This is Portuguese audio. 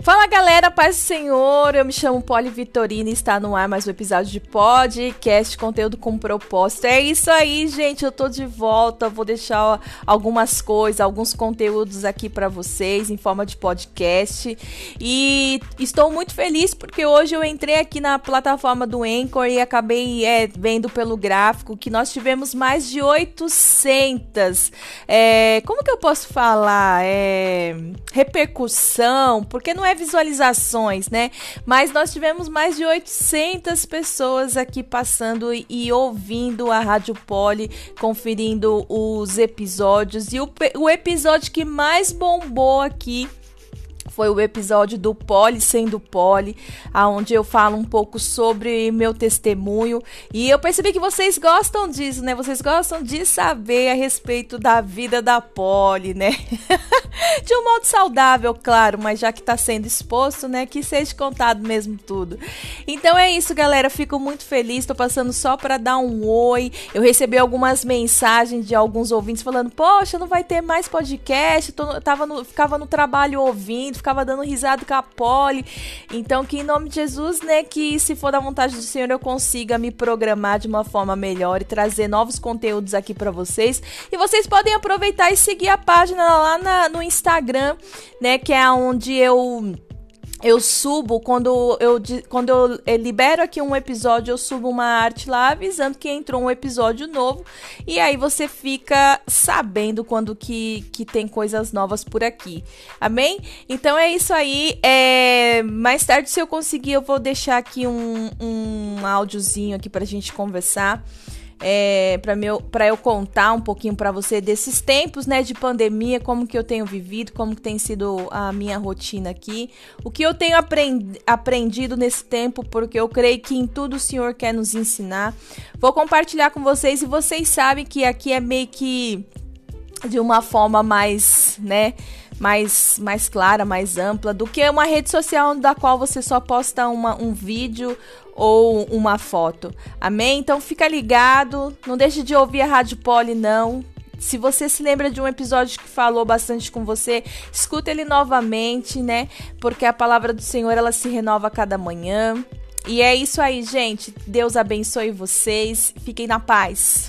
Fala galera, paz do Senhor, eu me chamo Poli Vitorina e está no ar mais um episódio de podcast, conteúdo com propósito. É isso aí, gente, eu tô de volta, vou deixar algumas coisas, alguns conteúdos aqui para vocês em forma de podcast e estou muito feliz porque hoje eu entrei aqui na plataforma do Anchor e acabei vendo pelo gráfico que nós tivemos mais de 800, como que eu posso falar, repercussão, porque não é visualizações, né? Mas nós tivemos mais de 800 pessoas aqui passando e ouvindo a Rádio Poli, conferindo os episódios. E o episódio que mais bombou aqui foi o episódio do Poli Sendo Poli, onde eu falo um pouco sobre meu testemunho. E eu percebi que vocês gostam disso, né? Vocês gostam de saber a respeito da vida da Poli, né? De um modo saudável, claro, mas já que tá sendo exposto, né? Que seja contado mesmo tudo. Então é isso, galera. Fico muito feliz. Tô passando só para dar um oi. Eu recebi algumas mensagens de alguns ouvintes falando: poxa, não vai ter mais podcast. Ficava no trabalho ouvindo, ficava dando risada com a Poli. Então, que em nome de Jesus, né, que se for da vontade do Senhor, eu consiga me programar de uma forma melhor e trazer novos conteúdos aqui para vocês. E vocês podem aproveitar e seguir a página lá no Instagram, né, que é onde eu subo, quando eu libero aqui um episódio, eu subo uma arte lá avisando que entrou um episódio novo. E aí você fica sabendo quando que tem coisas novas por aqui. Amém? Então é isso aí. Mais tarde, se eu conseguir, eu vou deixar aqui um áudiozinho aqui pra gente conversar. Para eu contar um pouquinho para você desses tempos, né, de pandemia, como que eu tenho vivido, como que tem sido a minha rotina aqui, o que eu tenho aprendido nesse tempo, porque eu creio que em tudo o Senhor quer nos ensinar. Vou compartilhar com vocês e vocês sabem que aqui é meio que de uma forma mais, né, mais clara, mais ampla, do que uma rede social da qual você só posta um vídeo ou uma foto. Amém? Então fica ligado, não deixe de ouvir a Rádio Poli, não. Se você se lembra de um episódio que falou bastante com você, escuta ele novamente, né? Porque a palavra do Senhor, ela se renova a cada manhã. E é isso aí, gente. Deus abençoe vocês. Fiquem na paz.